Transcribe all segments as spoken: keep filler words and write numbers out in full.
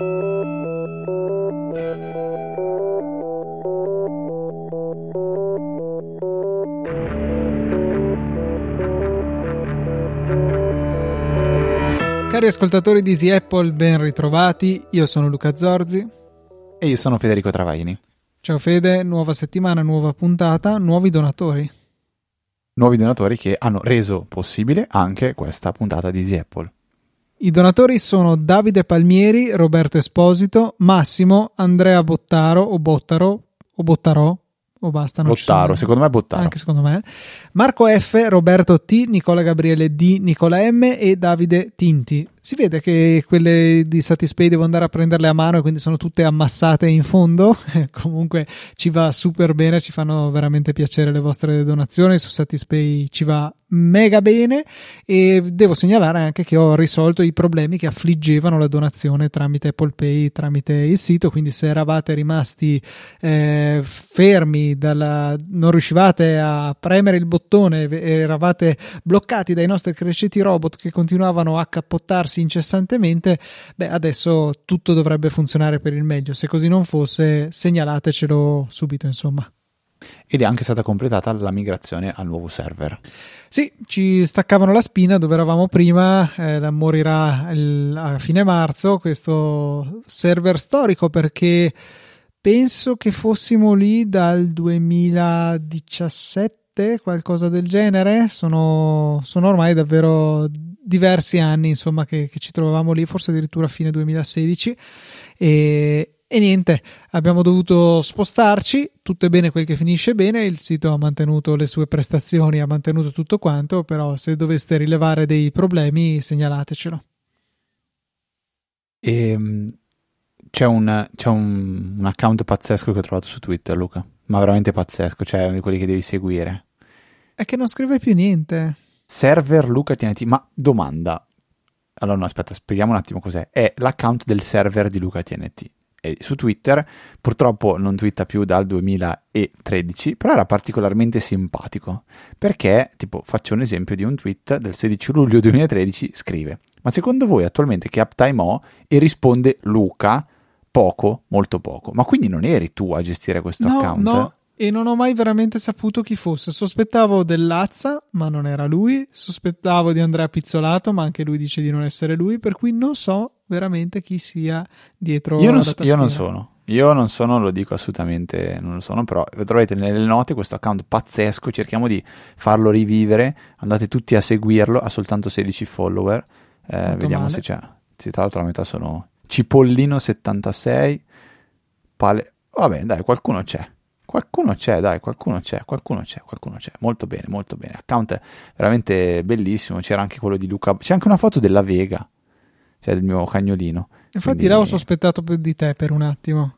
Cari ascoltatori di Easy Apple, ben ritrovati. Io sono Luca Zorzi. E io sono Federico Travaini. Ciao Fede, nuova settimana, nuova puntata, nuovi donatori. Nuovi donatori che hanno reso possibile anche questa puntata di Easy Apple. I donatori sono Davide Palmieri, Roberto Esposito, Massimo, Andrea Bottaro o Bottaro o Bottarò o basta. Non Bottaro, sono... secondo me Bottaro. Anche secondo me. Marco F, Roberto T, Nicola Gabriele D, Nicola M e Davide Tinti. Si vede che quelle di Satispay devo andare a prenderle a mano e quindi sono tutte ammassate in fondo. Comunque ci va super bene, ci fanno veramente piacere le vostre donazioni. Su Satispay ci va mega bene e devo segnalare anche che ho risolto i problemi che affliggevano la donazione tramite Apple Pay, tramite il sito, quindi se eravate rimasti eh, fermi, dalla, non riuscivate a premere il bottone, eravate bloccati dai nostri crescenti robot che continuavano a cappottarsi incessantemente, beh, adesso tutto dovrebbe funzionare per il meglio. Se così non fosse, segnalatecelo subito, insomma. Ed è anche stata completata la migrazione al nuovo server. Sì, ci staccavano la spina dove eravamo prima, eh, morirà il, a fine marzo questo server storico, perché penso che fossimo lì dal duemiladiciassette, qualcosa del genere. Sono, sono ormai davvero diversi anni, insomma, che, che ci trovavamo lì, forse addirittura a fine duemilasedici. E, e niente, abbiamo dovuto spostarci. Tutto è bene quel che finisce bene. Il sito ha mantenuto le sue prestazioni, ha mantenuto tutto quanto, però se doveste rilevare dei problemi, segnalatecelo. E c'è un, c'è un, un account pazzesco che ho trovato su Twitter, Luca, ma veramente pazzesco, cioè uno di quelli che devi seguire. È che non scrive più niente. Server Luca T N T, ma domanda. Allora no, aspetta, spieghiamo un attimo cos'è. È l'account del server di Luca T N T. E su Twitter, purtroppo non twitta più dal duemilatredici, però era particolarmente simpatico, perché, tipo, faccio un esempio di un tweet del sedici luglio duemilatredici, scrive: ma secondo voi attualmente che uptime ho? E risponde Luca: poco, molto poco. Ma quindi non eri tu a gestire questo no, account? No, e non ho mai veramente saputo chi fosse. Sospettavo dell'Azza, ma non era lui. Sospettavo di Andrea Pizzolato, ma anche lui dice di non essere lui, per cui non so veramente chi sia dietro io non, alla tastiera. Io non sono. Io non sono, lo dico assolutamente, non lo sono, però troverete nelle note questo account pazzesco, cerchiamo di farlo rivivere, andate tutti a seguirlo, ha soltanto sedici follower, eh, vediamo male. Se c'è, sì, tra l'altro la metà sono Cipollino settantasei, Pale... vabbè dai, qualcuno c'è. Qualcuno c'è, dai, qualcuno c'è, qualcuno c'è, qualcuno c'è. Molto bene, molto bene. Account veramente bellissimo. C'era anche quello di Luca. C'è anche una foto della Vega, cioè del mio cagnolino. Infatti Quindi... l'avevo sospettato di te per un attimo.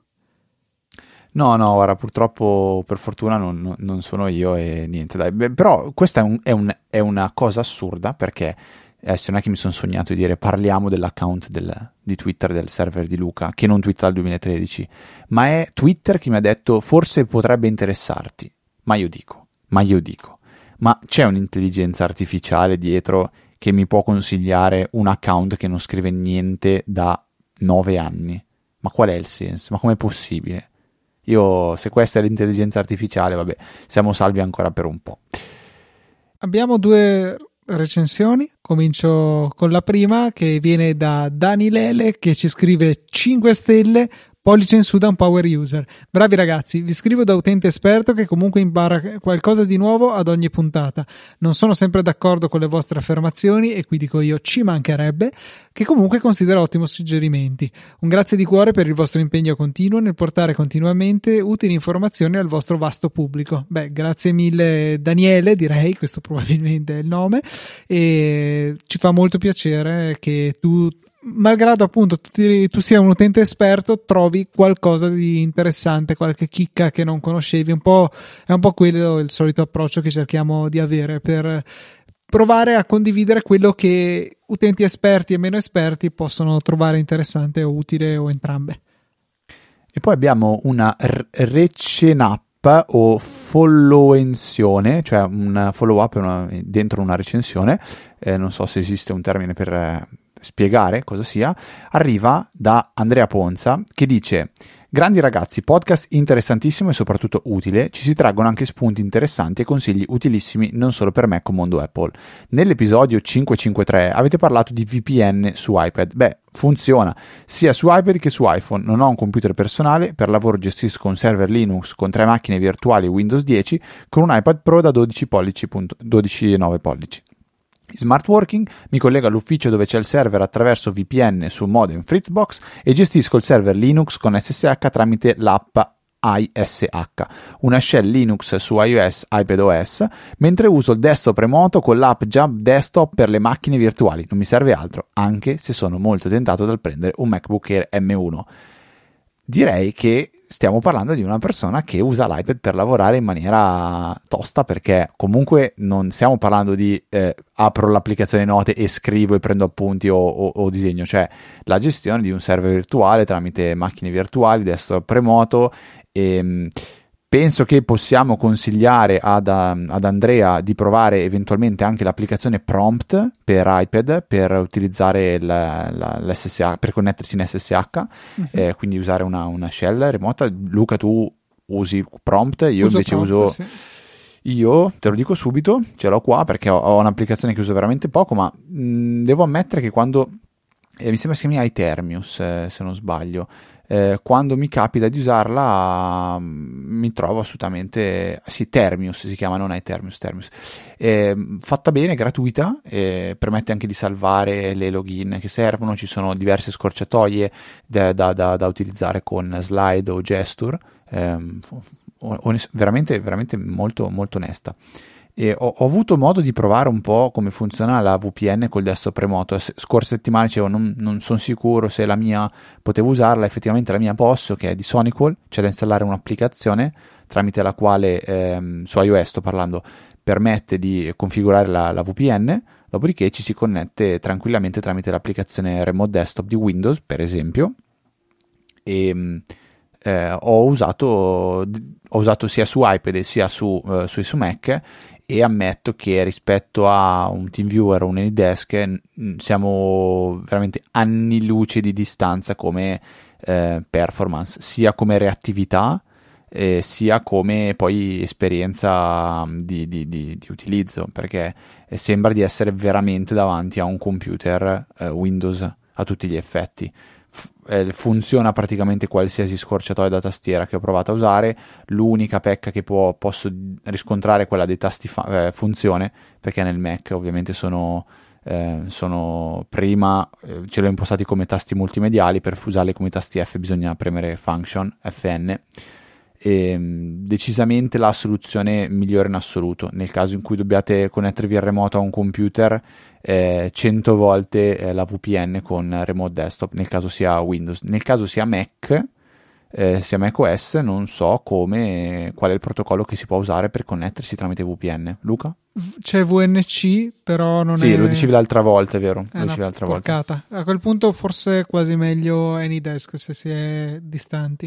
No, no, ora purtroppo, per fortuna non, non sono io e niente, dai. Beh, però questa è, un, è, un, è una cosa assurda, perché adesso non è che mi sono sognato di dire parliamo dell'account del, di Twitter del server di Luca, che non twitta dal duemilatredici, ma è Twitter che mi ha detto forse potrebbe interessarti. Ma io dico, ma io dico, ma c'è un'intelligenza artificiale dietro che mi può consigliare un account che non scrive niente da nove anni? Ma qual è il senso? Ma com'è possibile? Io, se questa è l'intelligenza artificiale, vabbè, siamo salvi ancora per un po'. Abbiamo due recensioni. Comincio con la prima, che viene da Dani Lele, che ci scrive cinque stelle, pollice in su da un power user. Bravi ragazzi, vi scrivo da utente esperto che comunque impara qualcosa di nuovo ad ogni puntata. Non sono sempre d'accordo con le vostre affermazioni, e qui dico io ci mancherebbe, che comunque considero ottimi suggerimenti. Un grazie di cuore per il vostro impegno continuo nel portare continuamente utili informazioni al vostro vasto pubblico. Beh, grazie mille Daniele, direi, questo probabilmente è il nome, e ci fa molto piacere che tu, malgrado appunto tu, ti, tu sia un utente esperto, trovi qualcosa di interessante, qualche chicca che non conoscevi. Un po', è un po' quello il solito approccio che cerchiamo di avere, per provare a condividere quello che utenti esperti e meno esperti possono trovare interessante o utile, o entrambe. E poi abbiamo una r- recenap o followensione, cioè un follow up una, dentro una recensione, eh, non so se esiste un termine per eh, spiegare cosa sia, arriva da Andrea Ponza che dice: grandi ragazzi, podcast interessantissimo e soprattutto utile, ci si traggono anche spunti interessanti e consigli utilissimi non solo per me con mondo Apple. Nell'episodio cinquecentocinquantatré avete parlato di V P N su iPad. Beh, funziona sia su iPad che su iPhone. Non ho un computer personale, per lavoro gestisco un server Linux con tre macchine virtuali Windows dieci con un iPad Pro da dodici pollici, dodici virgola nove pollici. Smart Working, mi collego all'ufficio dove c'è il server attraverso V P N su modem Fritzbox e gestisco il server Linux con S S H tramite l'app I S H, una shell Linux su iOS, iPadOS, mentre uso il desktop remoto con l'app Jump Desktop per le macchine virtuali. Non mi serve altro, anche se sono molto tentato dal prendere un MacBook Air M uno. Direi che stiamo parlando di una persona che usa l'iPad per lavorare in maniera tosta, perché comunque non stiamo parlando di eh, apro l'applicazione note e scrivo e prendo appunti o, o, o disegno, cioè la gestione di un server virtuale tramite macchine virtuali, desktop remoto. E penso che possiamo consigliare ad, ad Andrea di provare eventualmente anche l'applicazione Prompt per iPad per utilizzare la, la, l'S S H, per connettersi in S S H, uh-huh. eh, quindi usare una, una shell remota. Luca, tu usi Prompt, io uso invece Prompt, uso sì. Io te lo dico subito, ce l'ho qua perché ho, ho un'applicazione che uso veramente poco, ma mh, devo ammettere che quando eh, mi sembra si chiami iTermius, eh, se non sbaglio. Eh, quando mi capita di usarla mi trovo assolutamente sì, Termius si chiama, non è Termius, Termius. Eh, fatta bene, gratuita, eh, permette anche di salvare le login che servono, ci sono diverse scorciatoie da, da, da, da utilizzare con Slide o Gesture, eh, onest- veramente, veramente molto, molto onesta. E ho, ho avuto modo di provare un po' come funziona la V P N col desktop remoto. Scorse settimane dicevo non, non sono sicuro se la mia potevo usarla, effettivamente la mia posso, che è di Sonical. C'è da installare un'applicazione tramite la quale ehm, su iOS sto parlando, permette di configurare la, la V P N, dopodiché ci si connette tranquillamente tramite l'applicazione Remote Desktop di Windows, per esempio. E eh, ho usato ho usato sia su iPad sia su, eh, su, su Mac, e ammetto che rispetto a un TeamViewer o un AnyDesk siamo veramente anni luce di distanza come eh, performance, sia come reattività eh, sia come poi esperienza di, di, di, di utilizzo, perché sembra di essere veramente davanti a un computer eh, Windows a tutti gli effetti. Funziona praticamente qualsiasi scorciatoia da tastiera che ho provato a usare. L'unica pecca che può, posso riscontrare è quella dei tasti fa- eh, funzione, perché nel Mac ovviamente sono, eh, sono prima eh, ce li ho impostati come tasti multimediali, per usarli come tasti F bisogna premere function F N, e decisamente la soluzione migliore in assoluto. Nel caso in cui dobbiate connettervi al remoto a un computer, eh, cento volte eh, la V P N con Remote Desktop, nel caso sia Windows. Nel caso sia Mac, eh, sia macOS, non so come, qual è il protocollo che si può usare per connettersi tramite V P N. Luca? C'è V N C, però non sì, è... Sì, lo dicevi l'altra volta, è vero? È lo dicevi l'altra porcata. Volta. A quel punto forse è quasi meglio AnyDesk se si è distanti.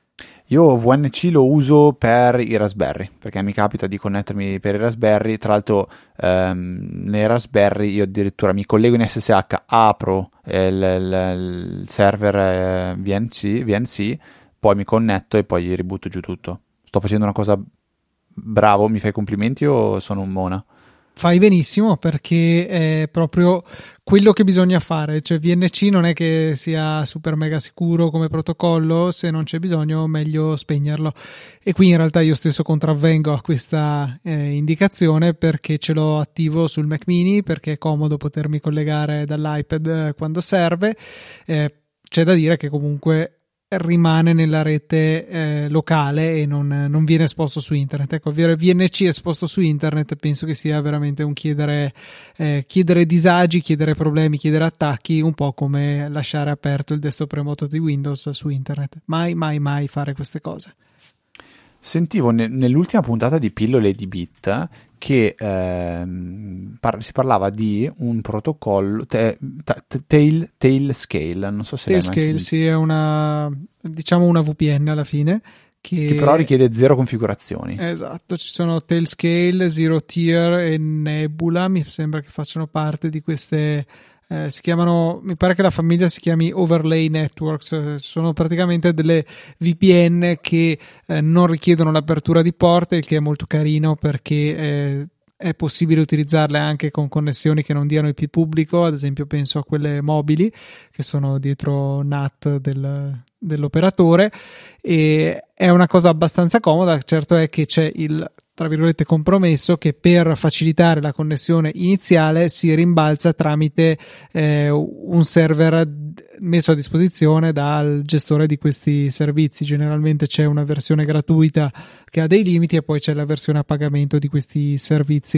Io V N C lo uso per i Raspberry, perché mi capita di connettermi per i Raspberry. Tra l'altro ehm, nei Raspberry io addirittura mi collego in S S H, apro eh, il, il, il server eh, V N C, V N C, poi mi connetto e poi ributto giù tutto. Sto facendo una cosa bravo, mi fai complimenti o sono un mona? Fai benissimo, perché è proprio quello che bisogna fare. Cioè V N C non è che sia super mega sicuro come protocollo, se non c'è bisogno meglio spegnerlo, e qui in realtà io stesso contravvengo a questa eh, indicazione, perché ce l'ho attivo sul Mac Mini, perché è comodo potermi collegare dall'iPad eh, quando serve. Eh, c'è da dire che comunque rimane nella rete eh, locale e non, non viene esposto su internet. Ecco, V N C esposto su internet penso che sia veramente un chiedere eh, chiedere disagi, chiedere problemi, chiedere attacchi, un po' come lasciare aperto il desktop remoto di Windows su internet. Mai mai mai fare queste cose. Sentivo ne- nell'ultima puntata di Pillole di Bit che ehm, par- si parlava di un protocollo te- t- tail, Tailscale, non so se Tailscale, sì, è una, diciamo una V P N alla fine che... che però richiede zero configurazioni. Esatto, ci sono Tailscale, Zero Tier e Nebula, mi sembra che facciano parte di queste eh, si chiamano, mi pare che la famiglia si chiami Overlay Networks, eh, sono praticamente delle V P N che eh, non richiedono l'apertura di porte, il che è molto carino perché eh, è possibile utilizzarle anche con connessioni che non diano I P pubblico, ad esempio penso a quelle mobili che sono dietro N A T del, dell'operatore, e è una cosa abbastanza comoda. Certo è che c'è il, tra virgolette, compromesso che per facilitare la connessione iniziale si rimbalza tramite eh, un server messo a disposizione dal gestore di questi servizi. Generalmente c'è una versione gratuita che ha dei limiti e poi c'è la versione a pagamento di questi servizi.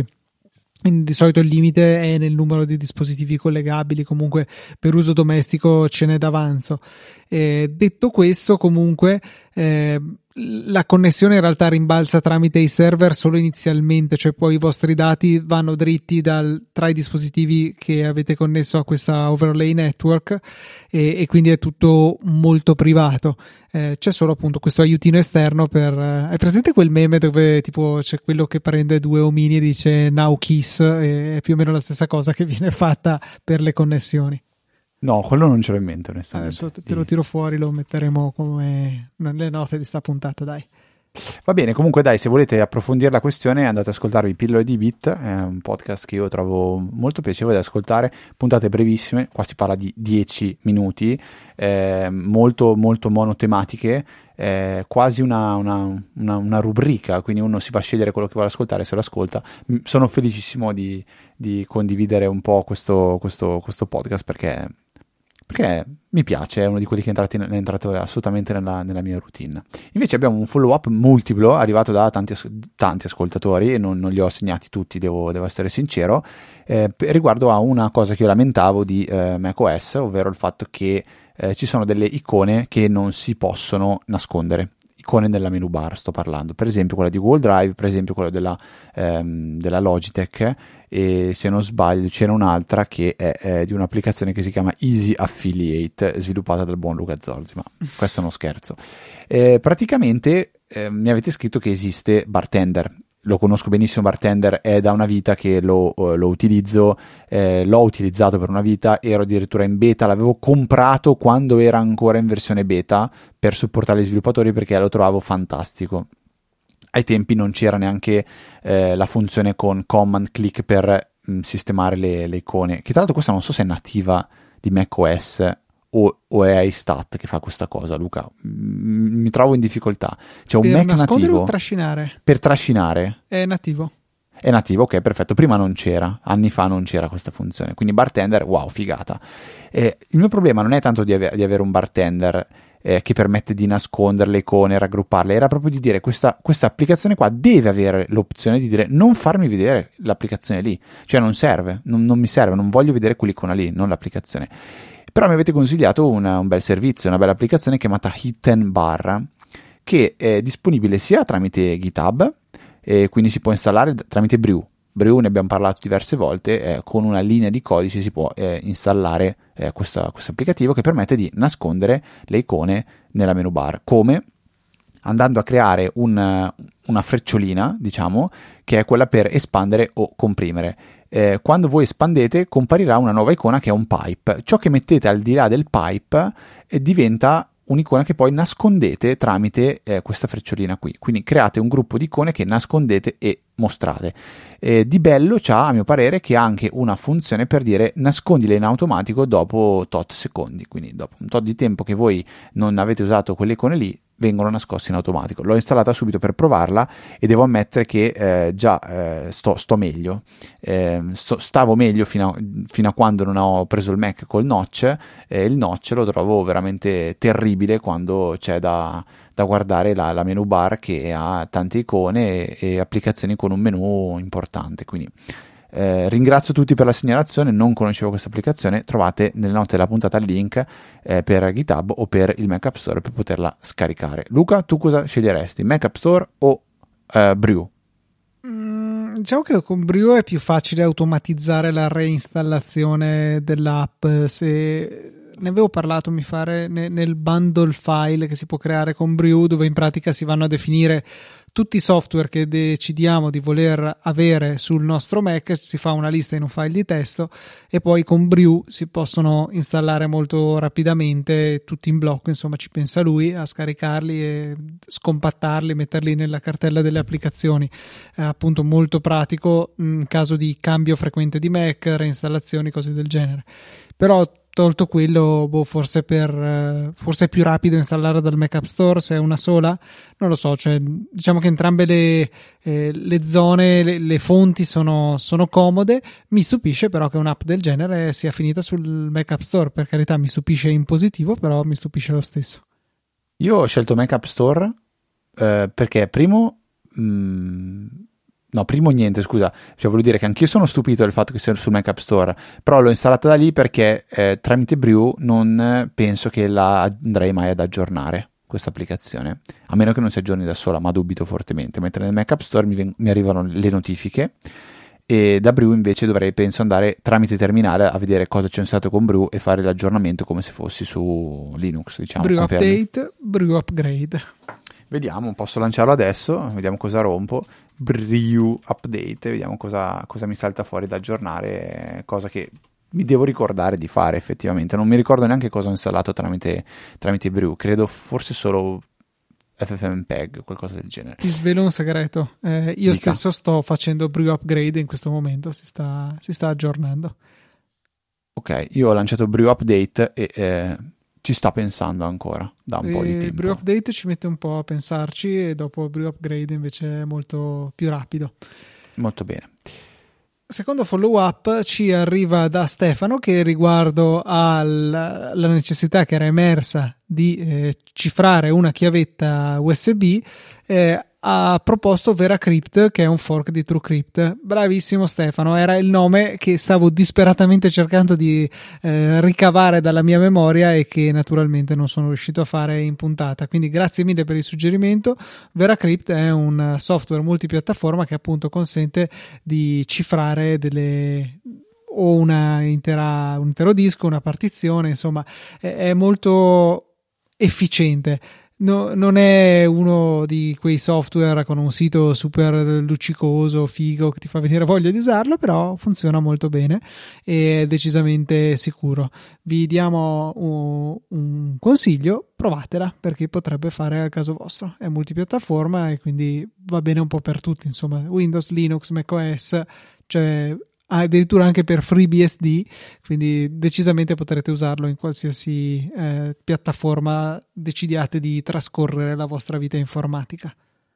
Di solito il limite è nel numero di dispositivi collegabili, comunque per uso domestico ce n'è d'avanzo. Eh, detto questo, comunque eh, la connessione in realtà rimbalza tramite i server solo inizialmente, cioè poi i vostri dati vanno dritti dal, tra i dispositivi che avete connesso a questa overlay network, e, e quindi è tutto molto privato. Eh, c'è solo appunto questo aiutino esterno per... Eh, hai presente quel meme dove tipo c'è quello che prende due omini e dice now kiss, e è più o meno la stessa cosa che viene fatta per le connessioni. No, quello non ce l'ho in mente, onestamente. Adesso te lo tiro fuori, lo metteremo come nelle note di sta puntata, dai. Va bene, comunque dai, se volete approfondire la questione andate ad ascoltarvi Pillole di Bit, è un podcast che io trovo molto piacevole da ascoltare, puntate brevissime, qua si parla di dieci minuti, eh, molto molto monotematiche, eh, quasi una, una, una, una rubrica, quindi uno si va a scegliere quello che vuole ascoltare, se lo ascolta. Sono felicissimo di, di condividere un po' questo, questo, questo podcast perché... perché mi piace, è uno di quelli che è entrato, in, è entrato assolutamente nella, nella mia routine. Invece abbiamo un follow up multiplo arrivato da tanti, tanti ascoltatori, e non, non li ho segnati tutti, devo, devo essere sincero, eh, riguardo a una cosa che io lamentavo di eh, macOS, ovvero il fatto che eh, ci sono delle icone che non si possono nascondere. Icone nella menu bar sto parlando, per esempio quella di Google Drive, per esempio quella della, ehm, della Logitech, e se non sbaglio c'era un'altra che è, è di un'applicazione che si chiama Easy Affiliate, sviluppata dal buon Luca Zorzi, ma questo è uno scherzo. Eh, praticamente eh, mi avete scritto che esiste Bartender. Lo conosco benissimo Bartender, è da una vita che lo, lo utilizzo, eh, l'ho utilizzato per una vita, ero addirittura in beta, l'avevo comprato quando era ancora in versione beta per supportare gli sviluppatori perché lo trovavo fantastico. Ai tempi non c'era neanche eh, la funzione con command click per mh, sistemare le, le icone, che tra l'altro questa non so se è nativa di macOS o, o è iStat che fa questa cosa, Luca. M- mi trovo in difficoltà. C'è un per Mac nascondere nativo o trascinare? Per trascinare è nativo. È nativo, ok, perfetto. Prima non c'era, anni fa non c'era questa funzione, quindi Bartender, wow, figata. Eh, il mio problema non è tanto di, ave- di avere un Bartender eh, che permette di nascondere le icone, raggrupparle, era proprio di dire questa, questa applicazione qua deve avere l'opzione di dire non farmi vedere l'applicazione lì, cioè non serve, non, non mi serve, non voglio vedere quell'icona lì, non l'applicazione. Però mi avete consigliato una, un bel servizio, una bella applicazione chiamata Hidden Bar, che è disponibile sia tramite GitHub, e quindi si può installare tramite Brew. Brew ne abbiamo parlato diverse volte, eh, con una linea di codice si può eh, installare eh, questo applicativo che permette di nascondere le icone nella menu bar, come andando a creare un, una frecciolina, diciamo, che è quella per espandere o comprimere. Eh, quando voi espandete comparirà una nuova icona che è un pipe. Ciò che mettete al di là del pipe eh, diventa un'icona che poi nascondete tramite eh, questa frecciolina qui. Quindi create un gruppo di icone che nascondete e mostrate. Eh, di bello c'ha, a mio parere, che ha anche una funzione per dire nascondile in automatico dopo tot secondi. Quindi dopo un tot di tempo che voi non avete usato quelle icone lì, vengono nascosti in automatico. L'ho installata subito per provarla e devo ammettere che eh, già eh, sto, sto meglio. Eh, sto, stavo meglio fino a, fino a quando non ho preso il Mac col notch. Eh, il notch lo trovo veramente terribile quando c'è da, da guardare la, la menu bar che ha tante icone e, e applicazioni con un menu importante. Quindi Eh, ringrazio tutti per la segnalazione, non conoscevo questa applicazione, trovate nelle note della puntata il link eh, per GitHub o per il Mac App Store per poterla scaricare. Luca, tu cosa sceglieresti? Mac App Store o eh, Brew? Mm, diciamo che con Brew è più facile automatizzare la reinstallazione dell'app. Se ne avevo parlato, mi pare, nel bundle file che si può creare con Brew, dove in pratica si vanno a definire tutti i software che decidiamo di voler avere sul nostro Mac, si fa una lista in un file di testo e poi con Brew si possono installare molto rapidamente, tutti in blocco, insomma ci pensa lui a scaricarli e scompattarli, metterli nella cartella delle applicazioni. È appunto molto pratico in caso di cambio frequente di Mac, reinstallazioni, cose del genere. Però tolto quello, boh, forse per forse è più rapido installare dal Mac App Store se è una sola, non lo so, cioè diciamo che entrambe le, eh, le zone, le, le fonti sono, sono comode. Mi stupisce però che un'app del genere sia finita sul Mac App Store, per carità, mi stupisce in positivo, però mi stupisce lo stesso. Io ho scelto Mac App Store eh, perché primo mh, No, primo niente, scusa, cioè volevo dire che anch'io sono stupito del fatto che sia sul Mac App Store, però l'ho installata da lì perché eh, tramite Brew non penso che la andrei mai ad aggiornare questa applicazione, a meno che non si aggiorni da sola, ma dubito fortemente, mentre nel Mac App Store mi, ven- mi arrivano le notifiche e da Brew invece dovrei, penso, andare tramite terminale a vedere cosa c'è stato con Brew e fare l'aggiornamento come se fossi su Linux, diciamo. Brew confermi? Update, Brew Upgrade. Vediamo, posso lanciarlo adesso, vediamo cosa rompo. Brew Update, vediamo cosa, cosa mi salta fuori da aggiornare, cosa che mi devo ricordare di fare effettivamente. Non mi ricordo neanche cosa ho installato tramite, tramite Brew, credo forse solo FFmpeg, qualcosa del genere. Ti svelo un segreto, eh, io Dica. stesso sto facendo Brew Upgrade in questo momento, si sta, si sta aggiornando. Ok, io ho lanciato Brew Update e eh, ci sta pensando ancora da un E po' di tempo. Brew Update ci mette un po' a pensarci e dopo Brew Upgrade invece è molto più rapido. Molto bene. Secondo follow up ci arriva da Stefano che riguardo alla necessità che era emersa di eh, cifrare una chiavetta U S B eh, ha proposto VeraCrypt, che è un fork di TrueCrypt. Bravissimo Stefano, era il nome che stavo disperatamente cercando di eh, ricavare dalla mia memoria e che naturalmente non sono riuscito a fare in puntata, quindi grazie mille per il suggerimento. VeraCrypt è un software multipiattaforma che appunto consente di cifrare delle o una intera, un intero disco, una partizione, insomma è, è molto efficiente. No, non è uno di quei software con un sito super luccicoso, figo, che ti fa venire voglia di usarlo, però funziona molto bene e è decisamente sicuro. Vi diamo un, un consiglio, provatela perché potrebbe fare al caso vostro. È multipiattaforma e quindi va bene un po' per tutti, insomma, Windows, Linux, macOS, cioè addirittura anche per FreeBSD, quindi decisamente potrete usarlo in qualsiasi eh, piattaforma decidiate di trascorrere la vostra vita informatica.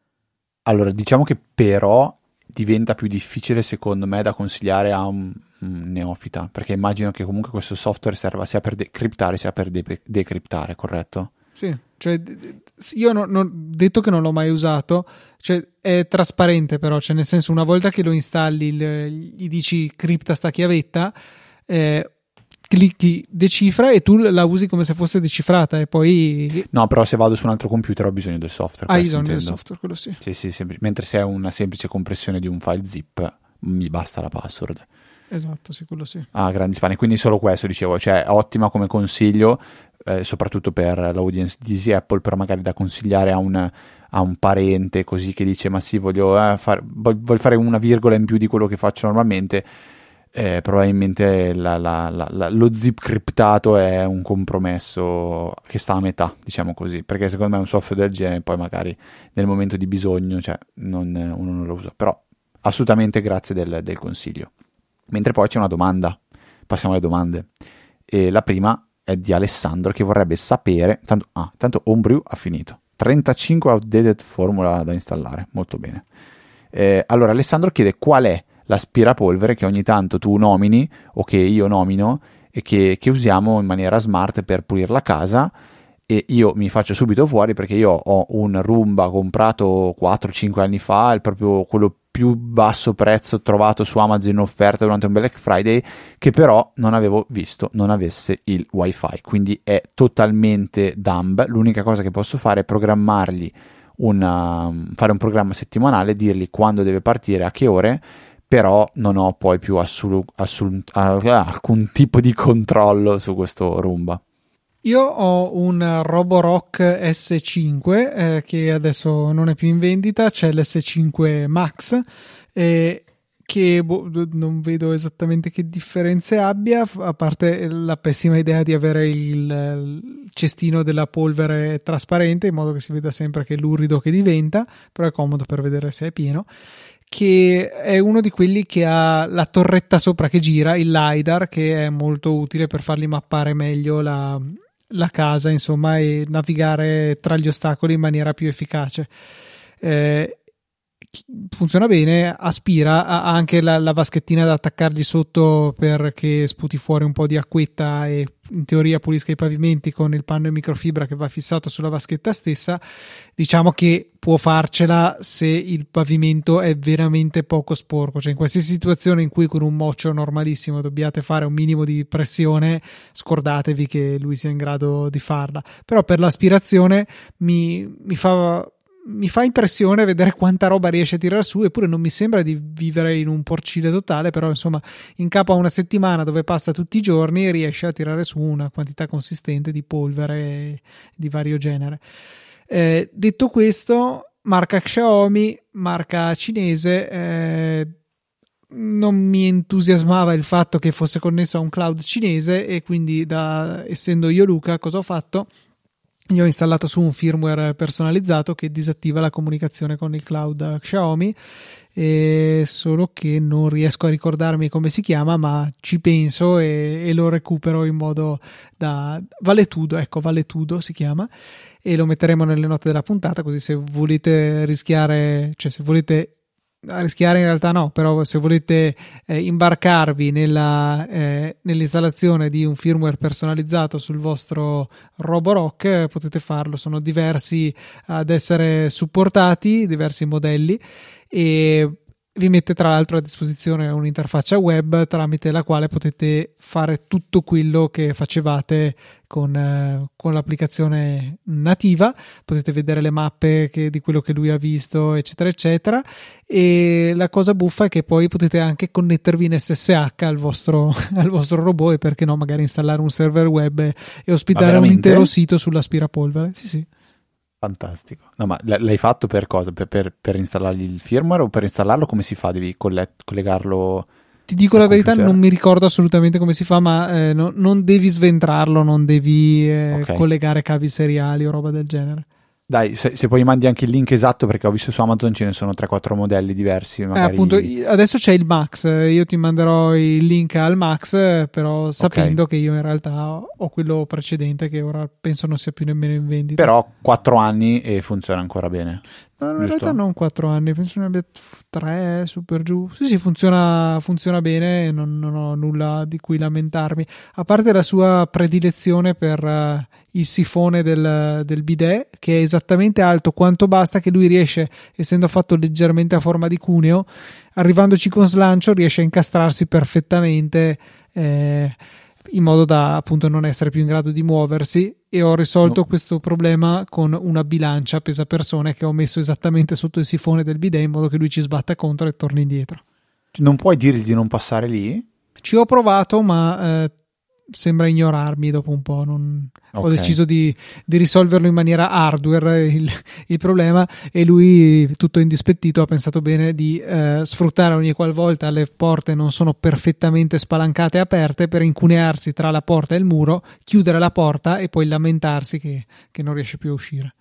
Allora, diciamo che però diventa più difficile secondo me da consigliare a un, un neofita, perché immagino che comunque questo software serva sia per decriptare sia per de- decriptare, corretto? Sì, cioè io non, non, detto che non l'ho mai usato, cioè è trasparente però, cioè nel senso una volta che lo installi il, gli dici cripta sta chiavetta, eh, clicchi decifra e tu la usi come se fosse decifrata e poi... No, però se vado su un altro computer ho bisogno del software. Hai bisogno del software, quello sì. Sì, sì, sempl- mentre se è una semplice compressione di un file zip mi basta la password. Esatto, sì, quello sì. Ah, grandi spanne, quindi solo questo dicevo, cioè ottima come consiglio, eh, soprattutto per l'audience di Easy Apple, però magari da consigliare a un, a un parente così che dice ma sì, voglio, eh, far, voglio fare una virgola in più di quello che faccio normalmente, eh, probabilmente la, la, la, la, lo zip criptato è un compromesso che sta a metà, diciamo così, perché secondo me un software del genere poi magari nel momento di bisogno, cioè, non, uno non lo usa, però assolutamente grazie del, del consiglio. Mentre poi c'è una domanda, passiamo alle domande, e la prima è di Alessandro che vorrebbe sapere, tanto, ah, tanto Homebrew ha finito, trentacinque outdated formula da installare, molto bene. Eh, allora Alessandro chiede qual è l'aspirapolvere che ogni tanto tu nomini o che io nomino e che, che usiamo in maniera smart per pulire la casa, e io mi faccio subito fuori perché io ho un Roomba comprato quattro cinque anni fa, il proprio quello più basso prezzo trovato su Amazon in offerta durante un Black Friday, che però non avevo visto non avesse il wifi, quindi è totalmente dumb. L'unica cosa che posso fare è programmargli una, fare un programma settimanale, dirgli quando deve partire, a che ore, però non ho poi più assul, assul, alcun tipo di controllo su questo Roomba. Io ho un Roborock S cinque eh, che adesso non è più in vendita, c'è l'S cinque Max eh, che boh, non vedo esattamente che differenze abbia, a parte la pessima idea di avere il, il cestino della polvere trasparente in modo che si veda sempre che è lurido che diventa, però è comodo per vedere se è pieno. Che è uno di quelli che ha la torretta sopra che gira, il LiDAR, che è molto utile per fargli mappare meglio la, la casa, insomma, e navigare tra gli ostacoli in maniera più efficace. Eh, funziona bene, aspira, ha anche la, la vaschettina da attaccargli sotto perché sputi fuori un po' di acquetta e in teoria pulisca i pavimenti con il panno in microfibra che va fissato sulla vaschetta stessa. Diciamo che può farcela se il pavimento è veramente poco sporco, cioè in qualsiasi situazione in cui con un mocio normalissimo dobbiate fare un minimo di pressione, scordatevi che lui sia in grado di farla. Però per l'aspirazione mi, mi fa mi fa impressione vedere quanta roba riesce a tirare su, eppure non mi sembra di vivere in un porcile totale, però insomma in capo a una settimana dove passa tutti i giorni riesce a tirare su una quantità consistente di polvere di vario genere. Eh, detto questo, marca Xiaomi, marca cinese, eh, non mi entusiasmava il fatto che fosse connesso a un cloud cinese e quindi da, essendo io Luca, cosa ho fatto? Gli ho installato su un firmware personalizzato che disattiva la comunicazione con il cloud Xiaomi, e solo che non riesco a ricordarmi come si chiama, ma ci penso e, e lo recupero in modo da Valetudo, ecco, Valetudo si chiama, e lo metteremo nelle note della puntata, così se volete rischiare, cioè se volete a rischiare in realtà no, però se volete eh, imbarcarvi nella, eh, nell'installazione di un firmware personalizzato sul vostro Roborock eh, potete farlo, sono diversi ad essere supportati, diversi modelli, e vi mette tra l'altro a disposizione un'interfaccia web tramite la quale potete fare tutto quello che facevate con, eh, con l'applicazione nativa, potete vedere le mappe che, di quello che lui ha visto eccetera eccetera, e la cosa buffa è che poi potete anche connettervi in S S H al vostro, al vostro robot, e perché no magari installare un server web e, e ospitare un intero sito sull'aspirapolvere. Sì sì. Fantastico. No, ma l'hai fatto per cosa? Per, per, per installargli il firmware o per installarlo come si fa? Devi coll- collegarlo? Ti dico la verità, non mi ricordo assolutamente come si fa, ma eh, no, non devi sventrarlo, non devi eh, okay. collegare cavi seriali o roba del genere. Dai, se, se poi mandi anche il link esatto, perché ho visto su Amazon ce ne sono tre quattro modelli diversi. Magari... Eh, appunto, adesso c'è il Max, io ti manderò il link al Max, però sapendo okay. che io in realtà ho quello precedente che ora penso non sia più nemmeno in vendita. Però quattro anni e funziona ancora bene. No, in giusto? realtà non quattro anni, penso ne abbia tre su per giù. Sì, sì, funziona, funziona bene, non, non ho nulla di cui lamentarmi, a parte la sua predilezione per uh, il sifone del, del bidet, che è esattamente alto quanto basta, che lui riesce, essendo fatto leggermente a forma di cuneo, arrivandoci con slancio riesce a incastrarsi perfettamente eh, in modo da appunto non essere più in grado di muoversi, e ho risolto no. questo problema con una bilancia pesa persone che ho messo esattamente sotto il sifone del bidet in modo che lui ci sbatta contro e torni indietro. Non puoi dirgli di non passare lì? Ci ho provato, ma eh, sembra ignorarmi dopo un po'. Non... Okay. Ho deciso di, di risolverlo in maniera hardware il, il problema, e lui, tutto indispettito, ha pensato bene di eh, sfruttare ogni qualvolta le porte non sono perfettamente spalancate e aperte per incunearsi tra la porta e il muro, chiudere la porta e poi lamentarsi che, che non riesce più a uscire.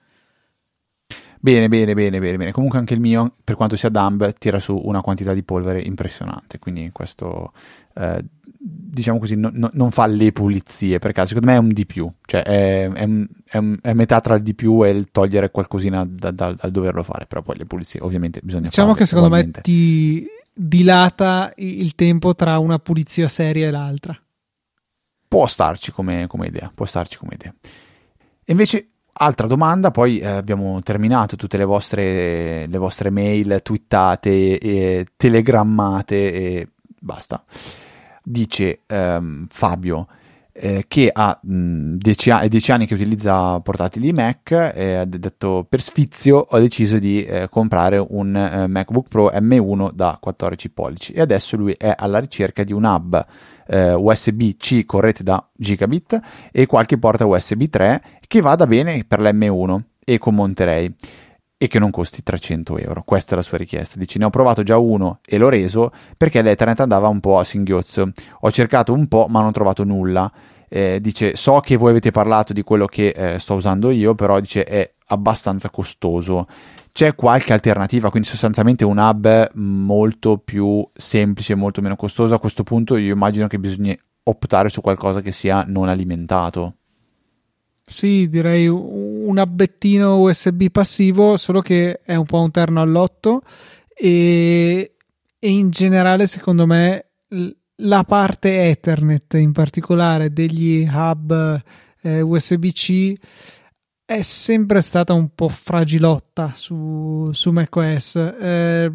Bene, bene, bene, bene, bene. Comunque anche il mio, per quanto sia dumb, tira su una quantità di polvere impressionante, quindi questo eh, diciamo così no, no, non fa le pulizie, perché secondo me è un di più, cioè è, è, è, è metà tra il di più e il togliere qualcosina da, da, dal doverlo fare, però poi le pulizie ovviamente bisogna diciamo farle. Diciamo che secondo me ti dilata il tempo tra una pulizia seria e l'altra. Può starci come, come idea, può starci come idea. E invece altra domanda, poi eh, abbiamo terminato tutte le vostre, le vostre mail twittate e telegrammate e basta. Dice ehm, Fabio, eh, che ha mh, dieci, a- dieci anni che utilizza portatili Mac, e ha detto per sfizio ho deciso di eh, comprare un eh, MacBook Pro M uno da quattordici pollici, e adesso lui è alla ricerca di un hub eh, U S B C con rete da gigabit e qualche porta U S B tre che vada bene per l'M uno e con Monterey, e che non costi trecento euro. Questa è la sua richiesta. Dice: ne ho provato già uno e l'ho reso perché l'Ethernet andava un po' a singhiozzo. Ho cercato un po' ma non ho trovato nulla. Eh, dice: so che voi avete parlato di quello che eh, sto usando io, però dice è abbastanza costoso. C'è qualche alternativa? Quindi sostanzialmente un hub molto più semplice, molto meno costoso. A questo punto io immagino che bisogna optare su qualcosa che sia non alimentato. Sì, direi un abbettino U S B passivo, solo che è un po' un terno all'otto, e, e in generale secondo me l- la parte Ethernet in particolare degli hub eh, U S B C è sempre stata un po' fragilotta su, su macOS. Eh,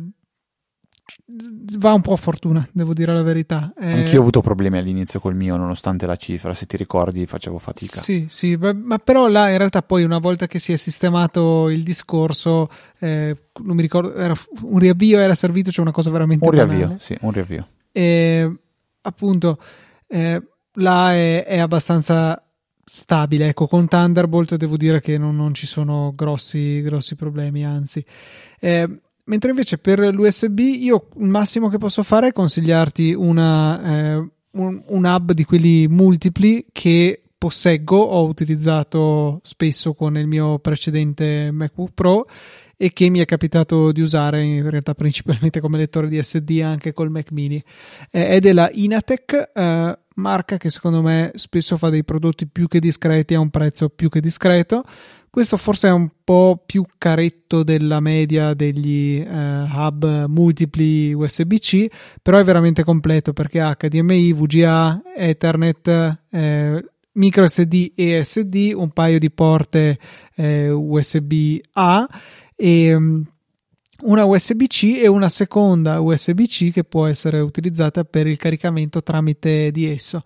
va un po' a fortuna, devo dire la verità. Eh, Anch'io ho avuto problemi all'inizio col mio, nonostante la cifra, se ti ricordi facevo fatica. Sì, sì, ma, ma però là in realtà poi una volta che si è sistemato il discorso, eh, non mi ricordo, era un riavvio era servito, c'è una cosa veramente Un banale. riavvio, sì, un riavvio. E appunto eh, là è, è abbastanza stabile. Ecco, con Thunderbolt devo dire che non, non ci sono grossi, grossi problemi, anzi. Eh, mentre invece per l'U S B io il massimo che posso fare è consigliarti una, eh, un, un hub di quelli multipli che posseggo, ho utilizzato spesso con il mio precedente MacBook Pro e che mi è capitato di usare in realtà principalmente come lettore di S D anche col Mac Mini. Eh, è della Inatec, eh, marca che secondo me spesso fa dei prodotti più che discreti a un prezzo più che discreto. Questo forse è un po' più caretto della media degli eh, hub multipli U S B C, però è veramente completo perché ha H D M I, V G A, Ethernet, eh, micro S D e S D, un paio di porte eh, U S B A e um, una U S B C e una seconda U S B C che può essere utilizzata per il caricamento tramite di esso.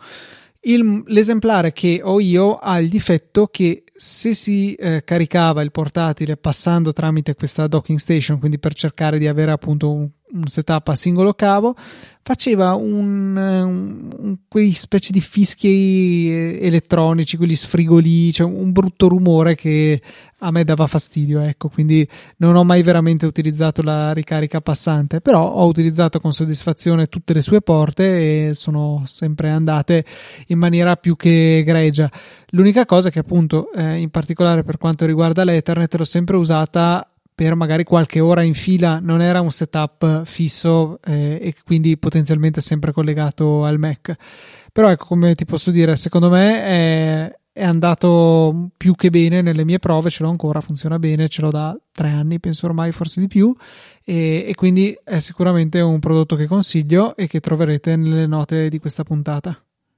Il, l'esemplare che ho io ha il difetto che se si eh, caricava il portatile passando tramite questa docking station, quindi per cercare di avere appunto un, un setup a singolo cavo, faceva un, un, un quei specie di fischi elettronici, quegli sfrigoli, cioè un brutto rumore che a me dava fastidio, ecco. Quindi non ho mai veramente utilizzato la ricarica passante, però ho utilizzato con soddisfazione tutte le sue porte e sono sempre andate in maniera più che egregia. L'unica cosa è che appunto eh, in particolare per quanto riguarda l'Ethernet l'ho sempre usata per magari qualche ora in fila, non era un setup fisso eh, e quindi potenzialmente sempre collegato al Mac. Però ecco, come ti posso dire, secondo me è, è andato più che bene nelle mie prove, ce l'ho ancora, funziona bene, ce l'ho da tre anni, penso ormai, forse di più, e, e quindi è sicuramente un prodotto che consiglio e che troverete nelle note di questa puntata.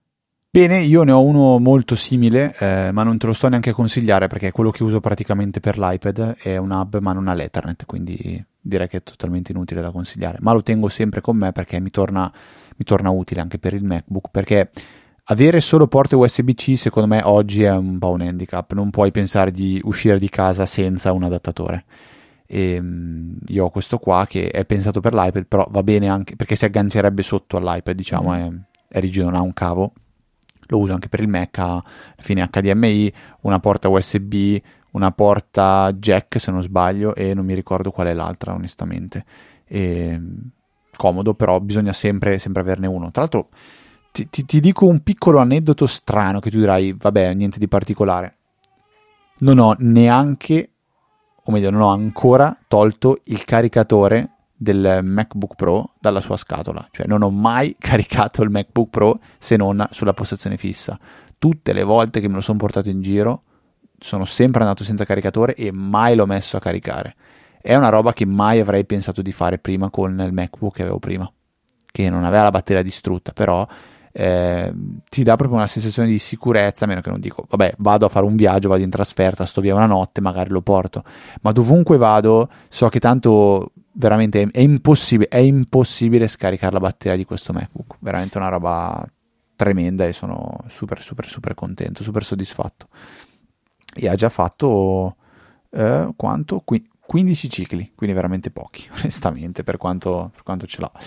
Bene, io ne ho uno molto simile, eh, ma non te lo sto neanche a consigliare perché è quello che uso praticamente per l'iPad, è un hub ma non ha l'Ethernet, quindi direi che è totalmente inutile da consigliare, ma lo tengo sempre con me perché mi torna, mi torna utile anche per il MacBook, perché avere solo porte U S B C secondo me oggi è un po' un handicap, non puoi pensare di uscire di casa senza un adattatore. E, um, io ho questo qua che è pensato per l'iPad, però va bene anche perché si aggancerebbe sotto all'iPad, diciamo, è, è rigido, non ha un cavo. Lo uso anche per il Mac, alla fine H D M I, una porta U S B, una porta jack se non sbaglio e non mi ricordo qual è l'altra onestamente. E, comodo, però bisogna sempre, sempre averne uno. Tra l'altro ti, ti, ti dico un piccolo aneddoto strano che tu dirai vabbè, niente di particolare. Non ho neanche, o meglio non ho ancora tolto il caricatore del MacBook Pro dalla sua scatola, cioè non ho mai caricato il MacBook Pro se non sulla postazione fissa. Tutte le volte che me lo sono portato in giro sono sempre andato senza caricatore e mai l'ho messo a caricare. È una roba che mai avrei pensato di fare prima con il MacBook che avevo prima, che non aveva la batteria distrutta, però eh, ti dà proprio una sensazione di sicurezza, a meno che non dico vabbè, vado a fare un viaggio, vado in trasferta, sto via una notte, magari lo porto, ma dovunque vado so che tanto veramente è impossibile, è impossibile scaricare la batteria di questo MacBook, veramente una roba tremenda e sono super super super contento, super soddisfatto. E ha già fatto eh, quanto? Qui, quindici cicli, quindi veramente pochi, onestamente, per quanto, per quanto ce l'ha.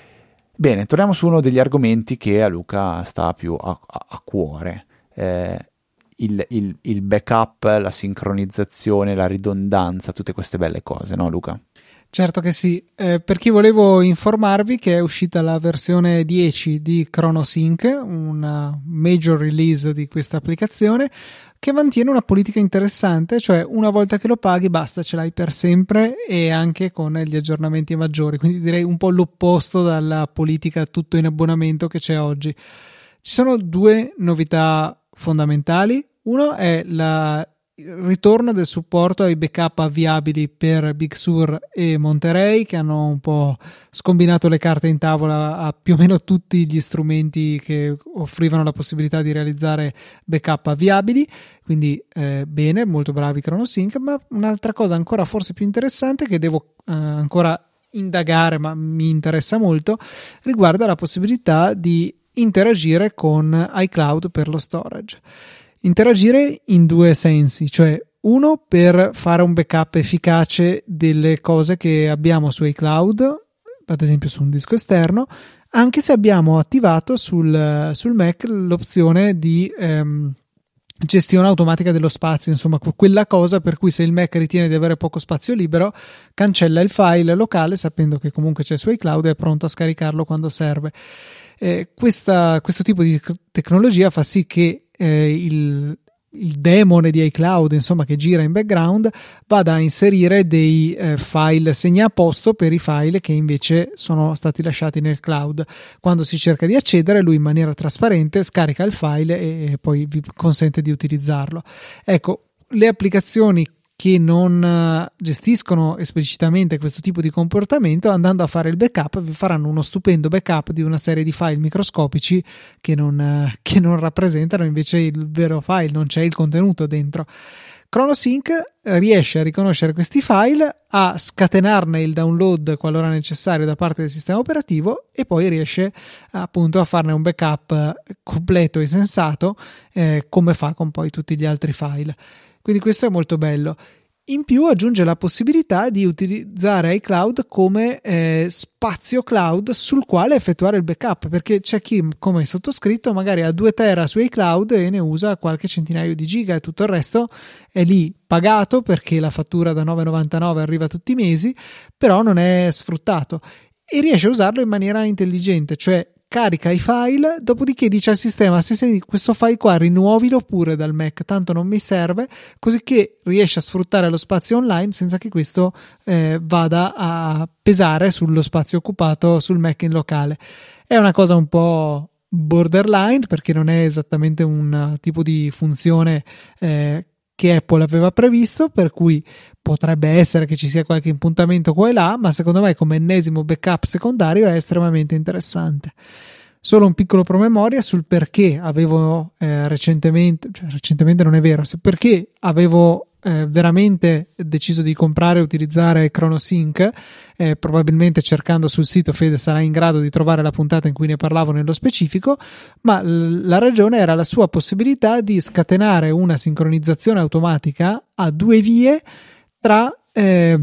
Bene, torniamo su uno degli argomenti che a Luca sta più a, a, a cuore. Eh, il, il, il backup, la sincronizzazione, la ridondanza, tutte queste belle cose, no Luca? Certo che sì. Eh, per chi volevo informarvi che è uscita la versione dieci di ChronoSync, una major release di questa applicazione, che mantiene una politica interessante, cioè una volta che lo paghi basta, ce l'hai per sempre e anche con gli aggiornamenti maggiori, quindi direi un po' l'opposto dalla politica tutto in abbonamento che c'è oggi. Ci sono due novità fondamentali. Uno è la il ritorno del supporto ai backup avviabili per Big Sur e Monterey, che hanno un po' scombinato le carte in tavola a più o meno tutti gli strumenti che offrivano la possibilità di realizzare backup avviabili, quindi eh, bene, molto bravi ChronoSync. Ma un'altra cosa ancora forse più interessante che devo eh, ancora indagare, ma mi interessa molto, riguarda la possibilità di interagire con iCloud per lo storage. Interagire in due sensi, cioè uno per fare un backup efficace delle cose che abbiamo su iCloud, ad esempio su un disco esterno, anche se abbiamo attivato sul, sul Mac l'opzione di ehm, gestione automatica dello spazio, insomma quella cosa per cui se il Mac ritiene di avere poco spazio libero cancella il file locale sapendo che comunque c'è su iCloud e è pronto a scaricarlo quando serve. Eh, questa, questo tipo di tecnologia fa sì che eh, il, il demone di iCloud, insomma, che gira in background, vada a inserire dei eh, file segnaposto per i file che invece sono stati lasciati nel cloud. Quando si cerca di accedere, lui in maniera trasparente scarica il file e, e poi vi consente di utilizzarlo. Ecco, le applicazioni che non gestiscono esplicitamente questo tipo di comportamento, andando a fare il backup vi faranno uno stupendo backup di una serie di file microscopici che non, che non rappresentano invece il vero file, non c'è il contenuto dentro. ChronoSync riesce a riconoscere questi file, a scatenarne il download qualora necessario da parte del sistema operativo e poi riesce appunto a farne un backup completo e sensato, eh, come fa con poi tutti gli altri file. Quindi questo è molto bello. In più aggiunge la possibilità di utilizzare iCloud come eh, spazio cloud sul quale effettuare il backup, perché c'è chi, come sottoscritto, magari ha due tera su iCloud e ne usa qualche centinaio di giga e tutto il resto è lì pagato perché la fattura da nove virgola novantanove arriva tutti i mesi, però non è sfruttato e riesce a usarlo in maniera intelligente, cioè carica i file, dopodiché dice al sistema: se sei questo file qua rimuovilo pure dal Mac, tanto non mi serve, così che riesce a sfruttare lo spazio online senza che questo eh, vada a pesare sullo spazio occupato sul Mac in locale. È una cosa un po' borderline perché non è esattamente un tipo di funzione eh, che Apple aveva previsto, per cui potrebbe essere che ci sia qualche impuntamento qua e là, ma secondo me come ennesimo backup secondario è estremamente interessante. Solo un piccolo promemoria sul perché avevo eh, recentemente, cioè recentemente non è vero, perché avevo eh, veramente deciso di comprare e utilizzare ChronoSync, eh, probabilmente cercando sul sito Fede sarà in grado di trovare la puntata in cui ne parlavo nello specifico, ma l- la ragione era la sua possibilità di scatenare una sincronizzazione automatica a due vie tra eh,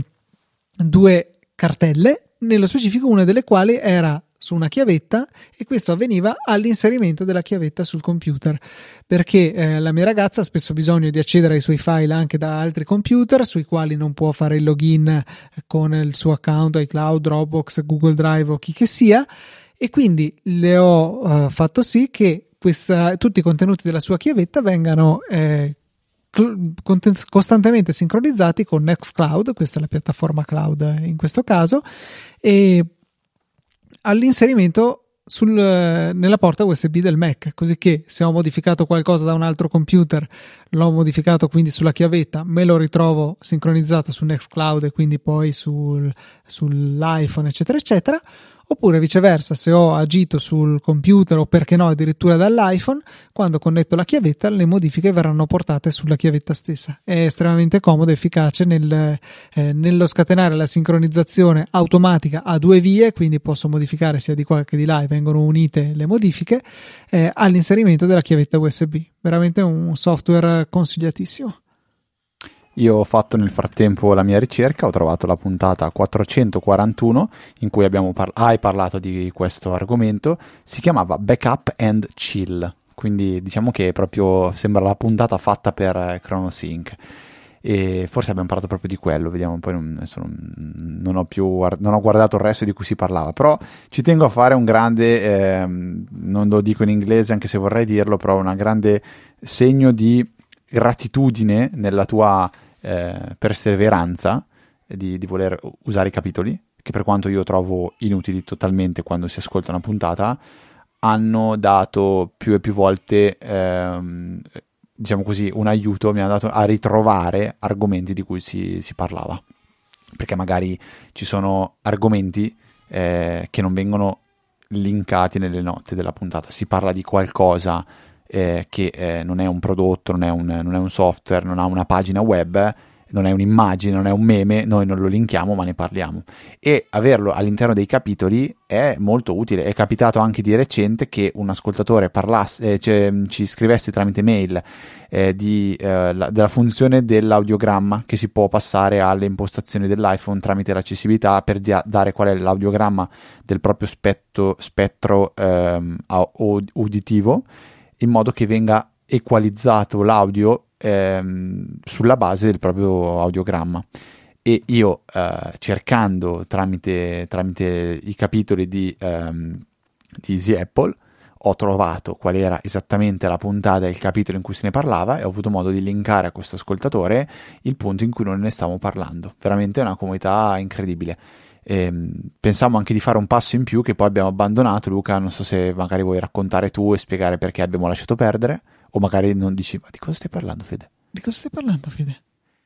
due cartelle, nello specifico una delle quali era su una chiavetta e questo avveniva all'inserimento della chiavetta sul computer, perché eh, la mia ragazza ha spesso bisogno di accedere ai suoi file anche da altri computer sui quali non può fare il login con il suo account iCloud, Dropbox, Google Drive o chi che sia, e quindi le ho uh, fatto sì che questa, tutti i contenuti della sua chiavetta vengano eh, costantemente sincronizzati con Nextcloud, questa è la piattaforma cloud in questo caso, e all'inserimento sul, nella porta U S B del Mac, così che se ho modificato qualcosa da un altro computer, l'ho modificato quindi sulla chiavetta, me lo ritrovo sincronizzato su Nextcloud e quindi poi sul, sull'iPhone eccetera eccetera, oppure viceversa, se ho agito sul computer o perché no addirittura dall'iPhone, quando connetto la chiavetta le modifiche verranno portate sulla chiavetta stessa. È estremamente comodo e efficace nel, eh, nello scatenare la sincronizzazione automatica a due vie, quindi posso modificare sia di qua che di là e vengono unite le modifiche, eh, all'inserimento della chiavetta U S B. Veramente un software consigliatissimo. Io ho fatto nel frattempo la mia ricerca, ho trovato la puntata quattrocentoquarantuno in cui abbiamo par- hai parlato di questo argomento, si chiamava Backup and Chill, quindi diciamo che proprio sembra la puntata fatta per ChronoSync, e forse abbiamo parlato proprio di quello, vediamo, poi non, adesso non, non ho più non ho guardato il resto di cui si parlava, però ci tengo a fare un grande, ehm, non lo dico in inglese anche se vorrei dirlo, però un grande segno di gratitudine nella tua Eh, perseveranza di, di voler usare i capitoli, che per quanto io trovo inutili totalmente quando si ascolta una puntata, hanno dato più e più volte ehm, diciamo così un aiuto, mi hanno dato a ritrovare argomenti di cui si, si parlava, perché magari ci sono argomenti eh, che non vengono linkati nelle note della puntata, si parla di qualcosa Eh, che eh, non è un prodotto, non è un, non è un software, non ha una pagina web, non è un'immagine, non è un meme, noi non lo linkiamo ma ne parliamo, e averlo all'interno dei capitoli è molto utile. È capitato anche di recente che un ascoltatore parlasse, eh, cioè, ci scrivesse tramite mail eh, di, eh, la, della funzione dell'audiogramma che si può passare alle impostazioni dell'iPhone tramite l'accessibilità per dia- dare qual è l'audiogramma del proprio spettro, spettro ehm, uditivo, in modo che venga equalizzato l'audio ehm, sulla base del proprio audiogramma. E io eh, cercando tramite, tramite i capitoli di, ehm, di Easy Apple ho trovato qual era esattamente la puntata e il capitolo in cui se ne parlava, e ho avuto modo di linkare a questo ascoltatore il punto in cui noi ne stavamo parlando. Veramente una comodità incredibile. E pensavo anche di fare un passo in più che poi abbiamo abbandonato. Luca, non so se magari vuoi raccontare tu e spiegare perché abbiamo lasciato perdere, o magari non dici, ma di cosa stai parlando, Fede? Di cosa stai parlando, Fede?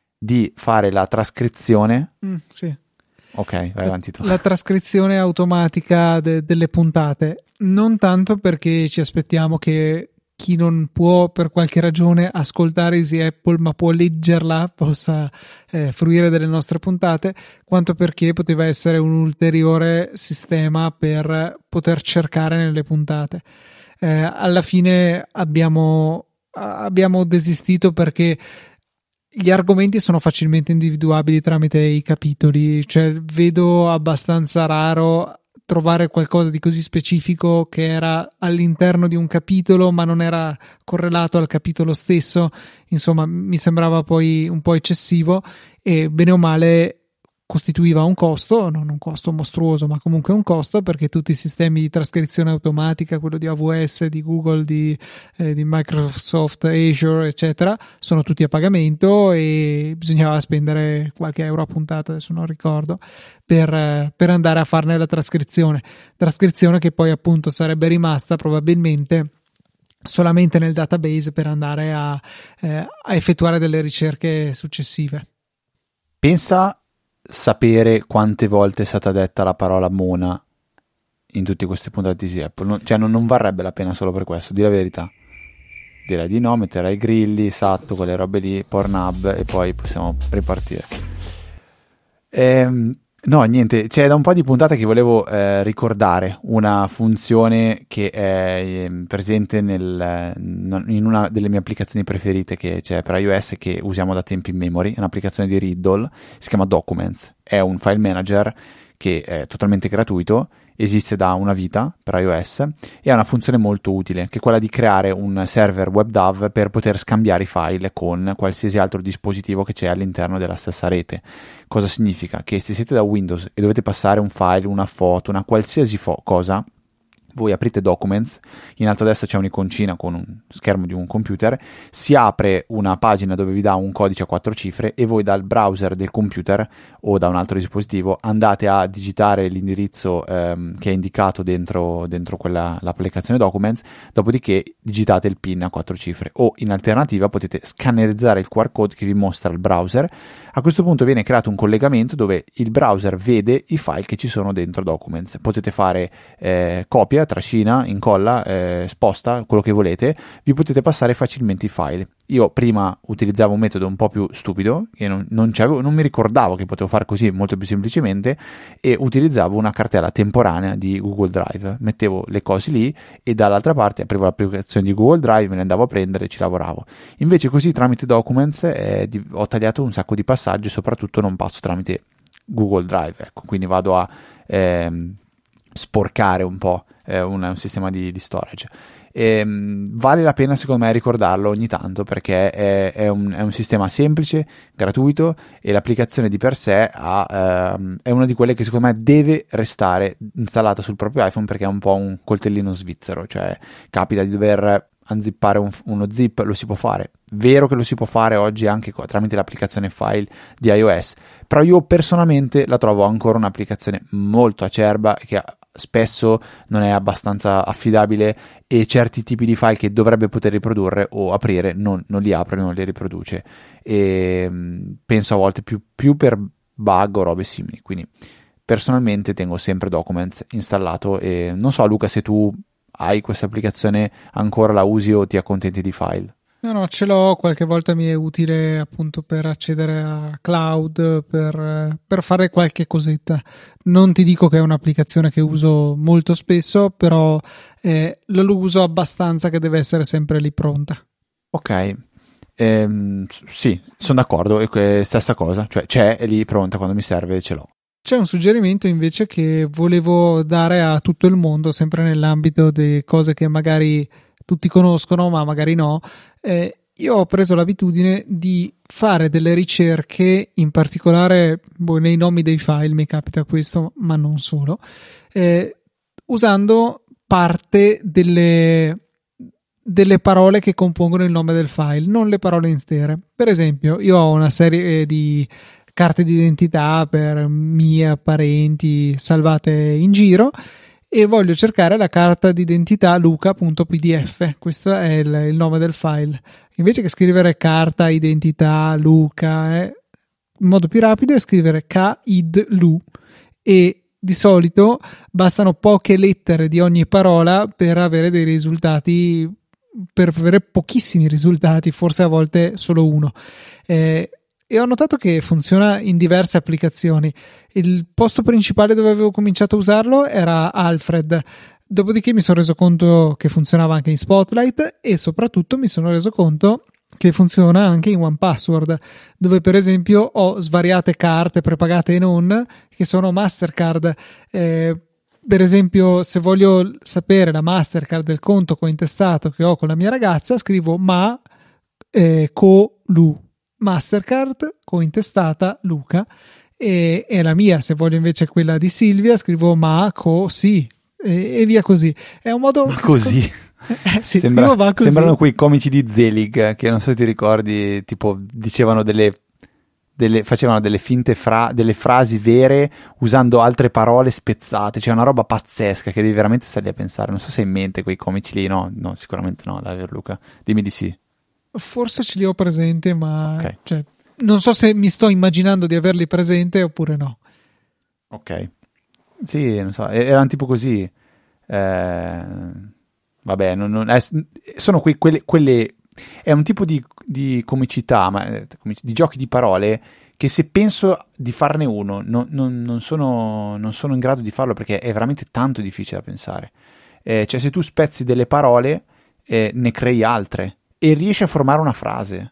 Di fare la trascrizione. Mm, sì. Ok, vai avanti tu. La trascrizione automatica de- delle puntate, non tanto perché ci aspettiamo che chi non può per qualche ragione ascoltare Easy Apple ma può leggerla possa eh, fruire delle nostre puntate, quanto perché poteva essere un ulteriore sistema per poter cercare nelle puntate. Eh, alla fine abbiamo, abbiamo desistito perché gli argomenti sono facilmente individuabili tramite i capitoli, cioè vedo abbastanza raro trovare qualcosa di così specifico che era all'interno di un capitolo ma non era correlato al capitolo stesso. Insomma, mi sembrava poi un po' eccessivo, e bene o male costituiva un costo, non un costo mostruoso ma comunque un costo, perché tutti i sistemi di trascrizione automatica, quello di A W S, di Google, di, eh, di Microsoft Azure eccetera, sono tutti a pagamento e bisognava spendere qualche euro a puntata, adesso non ricordo, per, per andare a farne la trascrizione trascrizione che poi appunto sarebbe rimasta probabilmente solamente nel database per andare a, eh, a effettuare delle ricerche successive. Pensa sapere quante volte è stata detta la parola mona in tutte queste puntate di Apple, non, cioè non, non varrebbe la pena solo per questo, di la verità. Direi di no, metterei Grilli, Satto, quelle robe lì, Pornhub, e poi possiamo ripartire. Ehm, no, niente, c'è da un po' di puntate che volevo eh, ricordare una funzione che è eh, presente nel, in una delle mie applicazioni preferite che c'è per iOS, che usiamo da tempi in memory, è un'applicazione di Riddle, si chiama Documents, è un file manager che è totalmente gratuito, esiste da una vita per iOS e ha una funzione molto utile, che è quella di creare un server WebDAV per poter scambiare i file con qualsiasi altro dispositivo che c'è all'interno della stessa rete. Cosa significa? Che se siete da Windows e dovete passare un file, una foto, una qualsiasi fo- cosa voi aprite Documents, in alto a destra c'è un'iconcina con un schermo di un computer, si apre una pagina dove vi dà un codice a quattro cifre e voi dal browser del computer o da un altro dispositivo andate a digitare l'indirizzo ehm, che è indicato dentro, dentro quella, l'applicazione Documents, dopodiché digitate il PIN a quattro cifre, o in alternativa potete scannerizzare il Q R code che vi mostra il browser. A questo punto viene creato un collegamento dove il browser vede i file che ci sono dentro Documents, potete fare eh, copia, trascina, incolla, eh, sposta, quello che volete, vi potete passare facilmente i file. Io prima utilizzavo un metodo un po' più stupido, che non, non, non mi ricordavo che potevo fare così molto più semplicemente, e utilizzavo una cartella temporanea di Google Drive, mettevo le cose lì e dall'altra parte aprivo l'applicazione di Google Drive, me ne andavo a prendere e ci lavoravo. Invece così tramite Documents eh, di, ho tagliato un sacco di passaggi e soprattutto non passo tramite Google Drive, ecco, quindi vado a ehm, sporcare un po' eh, un, un sistema di, di storage. E, mh, vale la pena secondo me ricordarlo ogni tanto, perché è, è, un, è un sistema semplice, gratuito, e l'applicazione di per sé ha, ehm, è una di quelle che secondo me deve restare installata sul proprio iPhone, perché è un po' un coltellino svizzero, cioè capita di dover unzippare un, uno zip, lo si può fare, vero che lo si può fare oggi anche tramite l'applicazione file di iOS, però io personalmente la trovo ancora un'applicazione molto acerba che spesso non è abbastanza affidabile, e certi tipi di file che dovrebbe poter riprodurre o aprire non, non li apre, non li riproduce, e penso a volte più, più per bug o robe simili. Quindi personalmente tengo sempre Documents installato, e non so Luca se tu hai questa applicazione ancora, la usi o ti accontenti di file? No, no, ce l'ho, qualche volta mi è utile appunto per accedere a cloud, per, per fare qualche cosetta. Non ti dico che è un'applicazione che uso molto spesso, però eh, lo uso abbastanza che deve essere sempre lì pronta. Ok, ehm, sì, sono d'accordo, è stessa cosa, cioè c'è, è lì pronta, quando mi serve ce l'ho. C'è un suggerimento invece che volevo dare a tutto il mondo, sempre nell'ambito di cose che magari tutti conoscono, ma magari no. Eh, io ho preso l'abitudine di fare delle ricerche, in particolare boh, nei nomi dei file, mi capita questo, ma non solo, eh, usando parte delle, delle parole che compongono il nome del file, non le parole intere. Per esempio, io ho una serie di carte d'identità per mie parenti salvate in giro e voglio cercare la carta d'identità luca.pdf, questo è il, il nome del file. Invece che scrivere carta identità Luca, eh, il modo più rapido è scrivere kidlu, e di solito bastano poche lettere di ogni parola per avere dei risultati, per avere pochissimi risultati, forse a volte solo uno. Eh, E ho notato che funziona in diverse applicazioni. Il posto principale dove avevo cominciato a usarlo era Alfred, dopodiché mi sono reso conto che funzionava anche in Spotlight, e soprattutto mi sono reso conto che funziona anche in one password, dove per esempio ho svariate carte prepagate e non, che sono Mastercard. Eh, per esempio, se voglio sapere la Mastercard del conto cointestato che ho con la mia ragazza, scrivo ma eh, co lu Mastercard cointestata Luca, e, e la mia, se voglio invece quella di Silvia, scrivo ma co sì, e, e via così. È un modo ma così eh, sì, Sembra, va così. Sembrano quei comici di Zelig che non so se ti ricordi, tipo dicevano delle, delle facevano delle finte fra, delle frasi vere usando altre parole spezzate, cioè una roba pazzesca che devi veramente stare a pensare. Non so se hai in mente quei comici lì. No, no, sicuramente no, davvero Luca, dimmi di sì. Forse ce li ho presente, ma okay. Cioè, non so se mi sto immaginando di averli presente oppure no. Ok, sì, non so, erano tipo così. Eh, vabbè, non, non, è, sono que, quelle, quelle. È un tipo di, di comicità, ma di giochi di parole che se penso di farne uno, non, non, non, sono, non sono in grado di farlo, perché è veramente tanto difficile da pensare. Eh, cioè, se tu spezzi delle parole, eh, ne crei altre e riesci a formare una frase.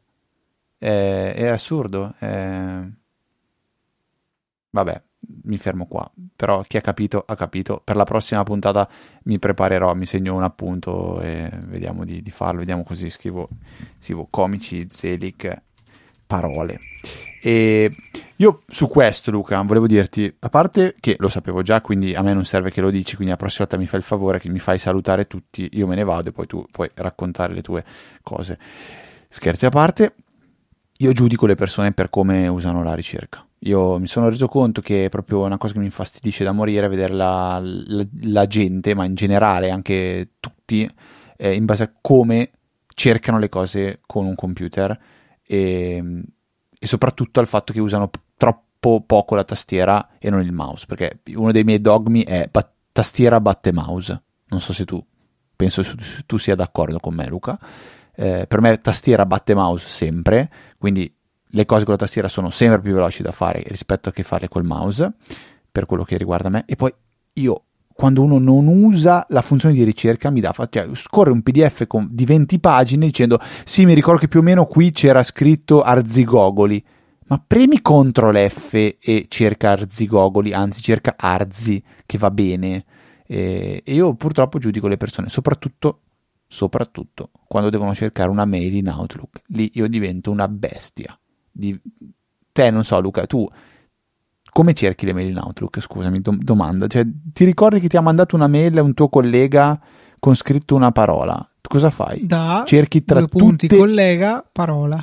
Eh, è assurdo. Eh... Vabbè, mi fermo qua. Però chi ha capito, ha capito. Per la prossima puntata mi preparerò, mi segno un appunto e vediamo di, di farlo. Vediamo, così scrivo, scrivo comici, Zelig, parole. E Io su questo, Luca, volevo dirti, a parte che lo sapevo già, quindi a me non serve che lo dici, quindi la prossima volta mi fai il favore che mi fai salutare tutti, io me ne vado e poi tu puoi raccontare le tue cose. Scherzi a parte, io giudico le persone per come usano la ricerca. Io mi sono reso conto che è proprio una cosa che mi infastidisce da morire vedere la, la, la gente, ma in generale anche tutti, eh, in base a come cercano le cose con un computer e, e soprattutto al fatto che usano troppo poco la tastiera e non il mouse, perché uno dei miei dogmi è bat- tastiera batte mouse. Non so se tu penso se tu sia d'accordo con me, Luca. Eh, per me tastiera batte mouse sempre, quindi le cose con la tastiera sono sempre più veloci da fare rispetto a che farle col mouse, per quello che riguarda me. E poi io, quando uno non usa la funzione di ricerca, mi dà, cioè, scorre un P D F con, di venti pagine dicendo sì, mi ricordo che più o meno qui c'era scritto Arzigogoli, ma premi control F e cerca Arzigogoli, anzi cerca Arzi, che va bene. E, e io purtroppo giudico le persone, soprattutto soprattutto quando devono cercare una mail in Outlook. Lì io divento una bestia. Di... Te, non so, Luca, tu come cerchi le mail in Outlook? Scusami, do- domanda. Cioè, ti ricordi che ti ha mandato una mail un tuo collega con scritto una parola? Cosa fai? Da cerchi tra due punti tutte... collega, parola.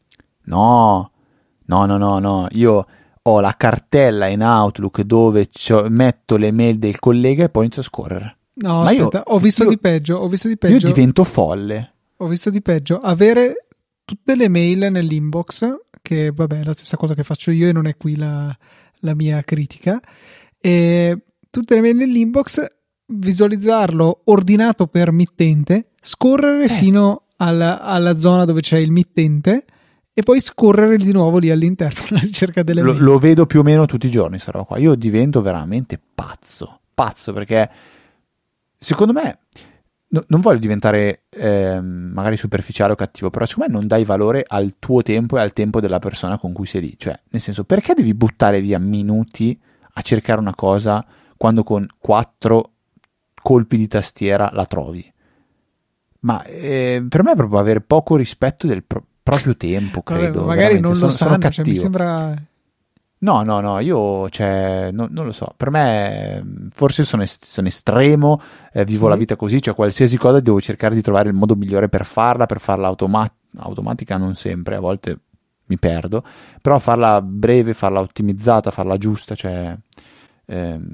No, no, no, no, no. Io ho la cartella in Outlook dove metto le mail del collega e poi inizio a scorrere. No, Ma aspetta, io, ho visto io, di peggio, ho visto di peggio. Io divento folle. Ho visto di peggio. Avere tutte le mail nell'inbox, che vabbè è la stessa cosa che faccio io e non è qui la, la mia critica, e tutte le mail nell'inbox, visualizzarlo ordinato per mittente, scorrere eh. fino alla, alla zona dove c'è il mittente e poi scorrere di nuovo lì all'interno la ricerca delle lo, mail. Lo vedo più o meno tutti i giorni, sta roba qua. Io divento veramente pazzo, pazzo perché secondo me, no, non voglio diventare eh, magari superficiale o cattivo, però secondo me non dai valore al tuo tempo e al tempo della persona con cui sei lì. Cioè, nel senso, perché devi buttare via minuti a cercare una cosa quando con quattro colpi di tastiera la trovi? Ma eh, per me è proprio avere poco rispetto del pro- proprio tempo, credo. Vabbè, magari non sono, lo sanno, sono cioè, mi sembra... No, no, no, io, cioè, no, non lo so, per me forse sono, est- sono estremo, eh, vivo sì. la vita così, cioè qualsiasi cosa devo cercare di trovare il modo migliore per farla, per farla automa- automatica non sempre, a volte mi perdo, però farla breve, farla ottimizzata, farla giusta, cioè... Ehm...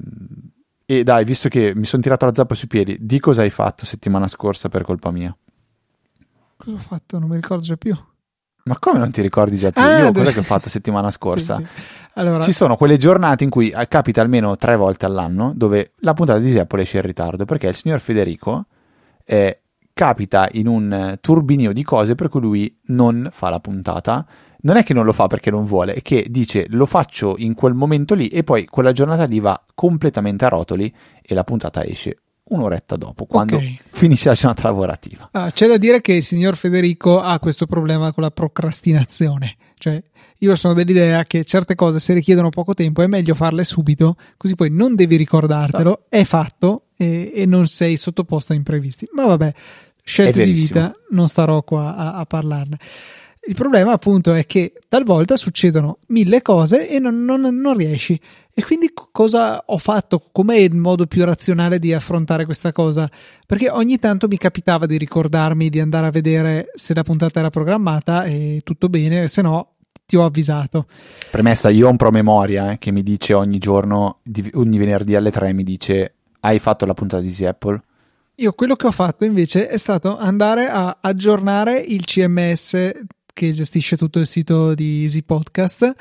E dai, visto che mi sono tirato la zappa sui piedi, di cosa hai fatto settimana scorsa per colpa mia? Cosa ho fatto? Non mi ricordo già più. Ma come non ti ricordi già più? Ah, Io de- cosa che ho fatto settimana scorsa? sì, sì. Allora... Ci sono quelle giornate in cui capita almeno tre volte all'anno dove la puntata di Apple esce in ritardo perché il signor Federico eh, capita in un turbinio di cose per cui lui non fa la puntata. Non è che non lo fa perché non vuole, è che dice lo faccio in quel momento lì e poi quella giornata lì va completamente a rotoli e la puntata esce un'oretta dopo, quando okay. finisce la giornata lavorativa. Ah, c'è da dire che il signor Federico ha questo problema con la procrastinazione, cioè io sono dell'idea che certe cose se richiedono poco tempo è meglio farle subito, così poi non devi ricordartelo, no. È fatto e, e non sei sottoposto a imprevisti. Ma vabbè, scelte di vita, non starò qua a, a parlarne. Il problema appunto è che talvolta succedono mille cose e non, non, non riesci. E quindi cosa ho fatto? Com'è il modo più razionale di affrontare questa cosa? Perché ogni tanto mi capitava di ricordarmi di andare a vedere se la puntata era programmata e tutto bene, se no ti ho avvisato. Premessa, io ho un promemoria eh, che mi dice ogni giorno, ogni venerdì alle tre mi dice hai fatto la puntata di Easy Apple? Io quello che ho fatto invece è stato andare a aggiornare il C M S che gestisce tutto il sito di Easy Podcast,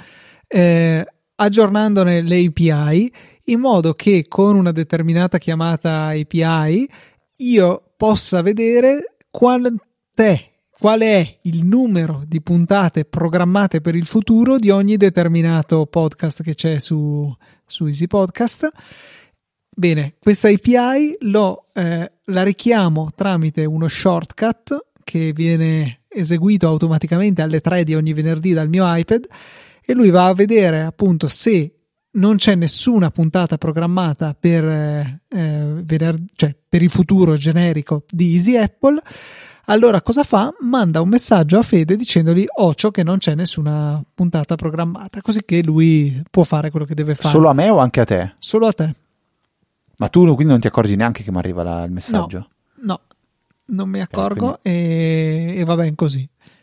eh, aggiornandone le A P I in modo che con una determinata chiamata A P I io possa vedere qual è, qual è il numero di puntate programmate per il futuro di ogni determinato podcast che c'è su, su Easy Podcast. Bene, questa A P I l'ho, eh, la richiamo tramite uno shortcut che viene eseguito automaticamente alle tre di ogni venerdì dal mio iPad e lui va a vedere appunto se non c'è nessuna puntata programmata per, eh, vener- cioè per il futuro generico di Easy Apple, Allora cosa fa? Manda un messaggio a Fede dicendogli occhio che non c'è nessuna puntata programmata, così che lui può fare quello che deve fare. Solo a me o anche a te? Solo a te. Ma tu quindi non ti accorgi neanche che mi arriva la, il messaggio? No, no, non mi accorgo, eh, quindi... e, e va bene così.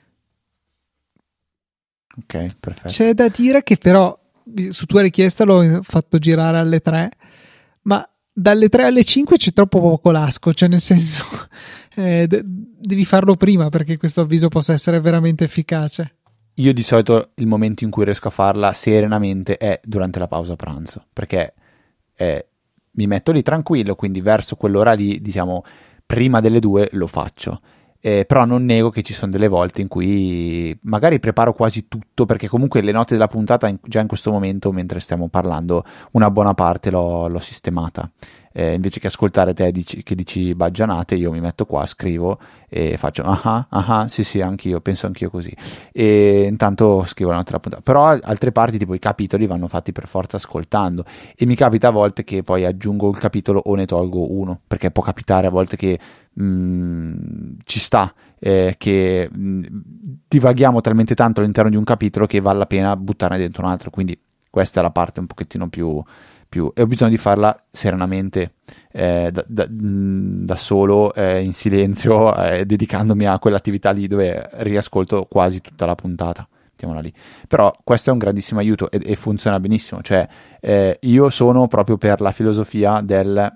Ok, perfetto. C'è da dire che però su tua richiesta l'ho fatto girare alle tre, ma dalle tre alle cinque c'è troppo poco lasco, cioè nel senso eh, de- devi farlo prima perché questo avviso possa essere veramente efficace. Io di solito il momento in cui riesco a farla serenamente è durante la pausa pranzo, perché eh, mi metto lì tranquillo, quindi verso quell'ora lì, diciamo, prima delle due lo faccio. Eh, però non nego che ci sono delle volte in cui magari preparo quasi tutto, perché comunque le note della puntata in, già in questo momento, mentre stiamo parlando, una buona parte l'ho, l'ho sistemata. Eh, invece che ascoltare te dici, che dici baggianate, io mi metto qua, scrivo e faccio ah ah, sì sì, anch'io, penso anch'io così, e intanto scrivo la nota della puntata. Però altre parti, tipo i capitoli, vanno fatti per forza ascoltando, e mi capita a volte che poi aggiungo il capitolo o ne tolgo uno, perché può capitare a volte che mh, ci sta eh, che mh, divaghiamo talmente tanto all'interno di un capitolo che vale la pena buttarne dentro un altro, quindi questa è la parte un pochettino più più e ho bisogno di farla serenamente, eh, da, da, da solo, eh, in silenzio, eh, dedicandomi a quell'attività lì dove riascolto quasi tutta la puntata, mettiamola lì. Però questo è un grandissimo aiuto e, e funziona benissimo, cioè eh, io sono proprio per la filosofia del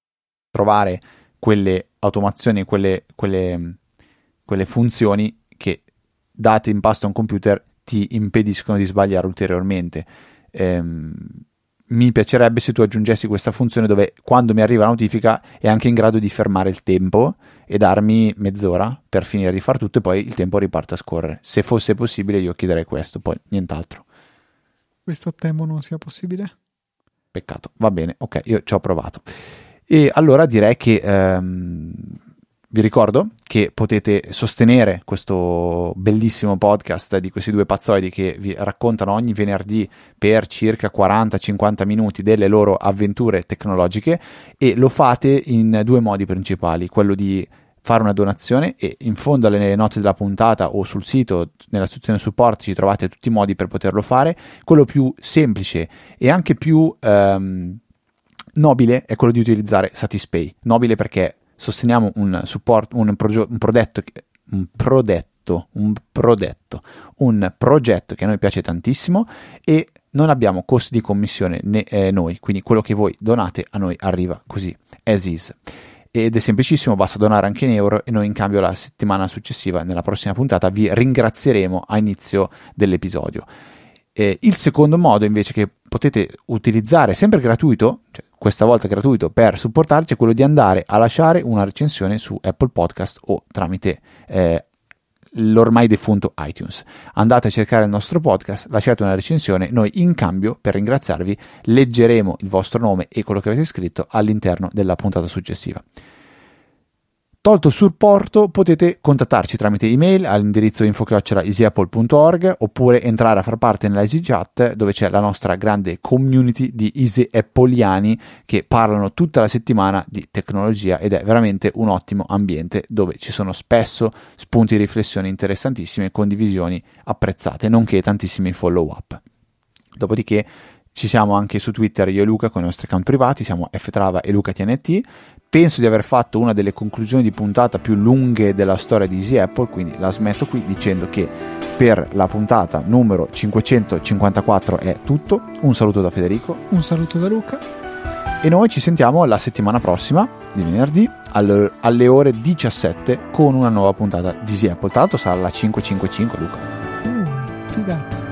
trovare quelle automazioni, quelle, quelle, quelle funzioni che date in pasto a un computer ti impediscono di sbagliare ulteriormente. ehm, Mi piacerebbe se tu aggiungessi questa funzione dove quando mi arriva la notifica è anche in grado di fermare il tempo e darmi mezz'ora per finire di far tutto e poi il tempo riparte a scorrere. Se fosse possibile io chiederei questo, poi nient'altro. Questo temo non sia possibile. Peccato, va bene, ok, io ci ho provato. E allora direi che ehm, vi ricordo che potete sostenere questo bellissimo podcast di questi due pazzoidi che vi raccontano ogni venerdì per circa quaranta cinquanta minuti delle loro avventure tecnologiche, e lo fate in due modi principali: quello di fare una donazione, e in fondo alle note della puntata o sul sito nella sezione supporto ci trovate tutti i modi per poterlo fare. Quello più semplice e anche più ehm, nobile è quello di utilizzare Satispay. Nobile perché sosteniamo un supporto, un, proge- un prodetto, un prodetto, un prodetto, un progetto che a noi piace tantissimo, e non abbiamo costi di commissione né eh, noi, quindi quello che voi donate a noi arriva così, as is. Ed è semplicissimo, basta donare anche in euro e noi in cambio la settimana successiva, nella prossima puntata, vi ringrazieremo a inizio dell'episodio. Eh, il secondo modo invece che potete utilizzare, sempre gratuito, cioè questa volta gratuito, per supportarci, è quello di andare a lasciare una recensione su Apple Podcast o tramite eh, l'ormai defunto iTunes. Andate a cercare il nostro podcast, lasciate una recensione, noi in cambio, per ringraziarvi, leggeremo il vostro nome e quello che avete scritto all'interno della puntata successiva. Tolto il supporto, potete contattarci tramite email all'indirizzo info chiocciola easyapple punto org, oppure entrare a far parte nella Easy Chat, dove c'è la nostra grande community di easy appleiani che parlano tutta la settimana di tecnologia, ed è veramente un ottimo ambiente dove ci sono spesso spunti di riflessione interessantissime e condivisioni apprezzate, nonché tantissimi follow up. Dopodiché ci siamo anche su Twitter, io e Luca, con i nostri account privati, siamo ftrava e lucatnt. Penso di aver fatto una delle conclusioni di puntata più lunghe della storia di Easy Apple, quindi la smetto qui dicendo che per la puntata numero cinquecentocinquantaquattro è tutto. Un saluto da Federico. Un saluto da Luca. E noi ci sentiamo la settimana prossima, di venerdì, alle, alle ore diciassette, con una nuova puntata di Easy Apple. Tra l'altro sarà la cinquecentocinquantacinque, Luca. Uh, figata.